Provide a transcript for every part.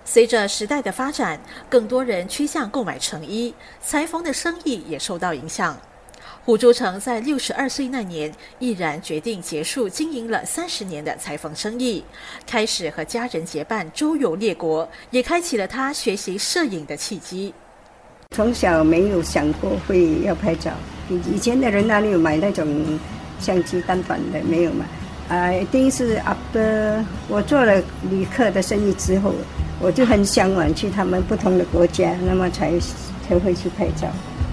随着时代的发展，更多人趋向购买成衣，裁缝的生意也受到影响。胡朱成在62岁那年，毅然决定结束经营了30年的裁缝生意，开始和家人结伴周游列国，也开启了他学习摄影的契机。 从小没有想过会要拍照，以前的人哪里有买那种相机单反的，没有买。一定是 after 我做了旅客的生意之后，我就很向往去他们不同的国家，那么才会去拍照。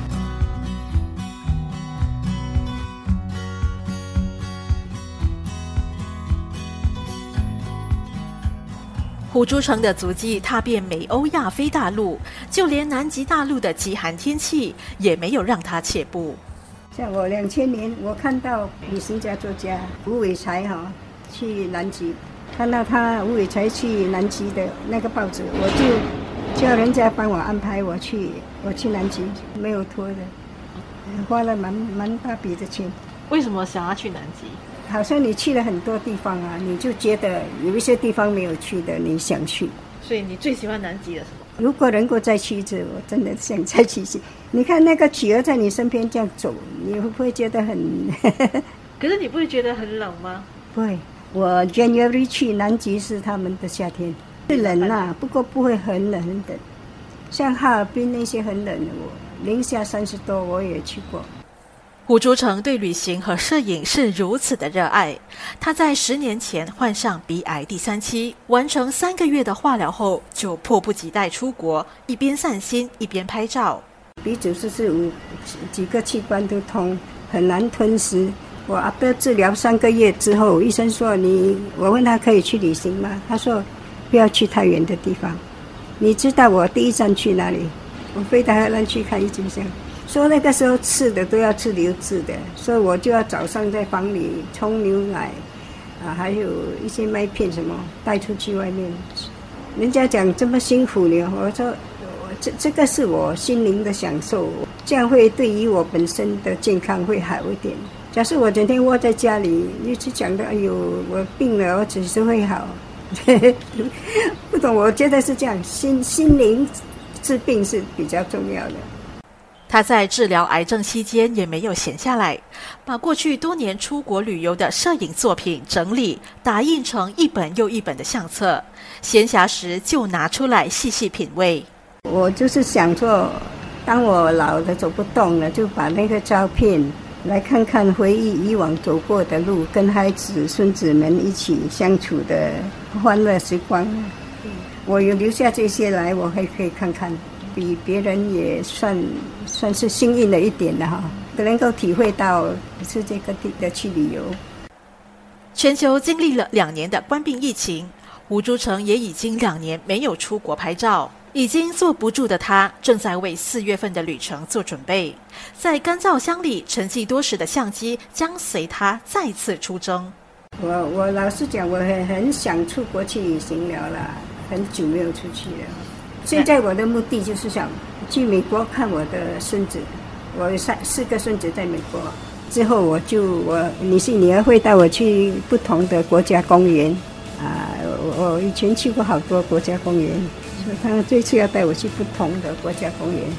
胡朱成的足迹踏遍美欧亚非大陆，就连南极大陆的极寒天气也没有让他却步。 像我2000年，我看到旅行家作家吴伟才去南极，看到吴伟才去南极的那个报纸，我就叫人家帮我安排我去南极，没有拖的，花了蛮大笔的钱。 为什么想要去南极？ 好像你去了很多地方啊，你就觉得有一些地方没有去的，你想去。 所以你最喜欢南极的什么？ 如果能够再去一次，我真的想再去一次。你看那个企鹅在你身边这样走，你会不会觉得很可是你不会觉得很冷吗？ 不会，我 January 去南极是他们的夏天，是冷啊，不过不会很冷很冷。像哈尔滨那些很冷的，我零下30多我也去过。 胡朱成对旅行和摄影是如此的热爱，他在10年前患上鼻癌第3期，完成3个月的化疗后，就迫不及待出国，一边散心一边拍照。 鼻94几个器官都通，很难吞食。我after治疗3个月之后，医生说我问他可以去旅行吗？他说不要去太远的地方。你知道我第一站去哪里？我飞到荷兰去看郁金香。说那个时候吃的都要吃流质的，所以我就要早上在房里冲牛奶还有一些麦片什么带出去外面。人家讲这么辛苦呢，我说这个是我心灵的享受，这样会对于我本身的健康会好一点。假设我整天窝在家里，一直讲的哎呦我病了，我只是会好不懂，我觉得是这样，心灵治病是比较重要的。 他在治疗癌症期间也没有闲下来，把过去多年出国旅游的摄影作品整理打印成一本又一本的相册，闲暇时就拿出来细细品味。 我就是想说，当我老的走不动了，就把那个照片来看看，回忆以往走过的路，跟孩子孙子们一起相处的欢乐时光。我有留下这些来，我还可以看看，比别人也算是幸运了一点了能够体会到世界各地的去旅游。 全球经历了2年的冠病疫情，胡朱成也已经2年没有出国拍照，已经坐不住的他正在为4月份的旅程做准备。在干燥箱里沉寂多时的相机将随他再次出征。 我老实讲，我很想出国去旅行了啦，很久没有出去了。现在我的目的就是想去美国看我的孙子，我有4个孙子在美国。之后你儿会带我去不同的国家公园我以前去过好多国家公园，所以他这次要带我去不同的国家公园。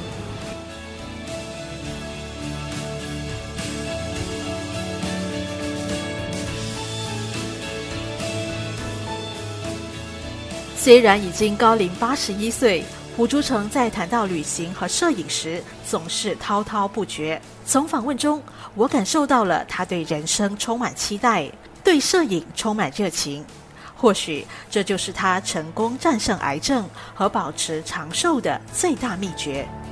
虽然已经高龄81岁，胡朱成在谈到旅行和摄影时总是滔滔不绝。从访问中，我感受到了他对人生充满期待，对摄影充满热情。或许这就是他成功战胜癌症和保持长寿的最大秘诀。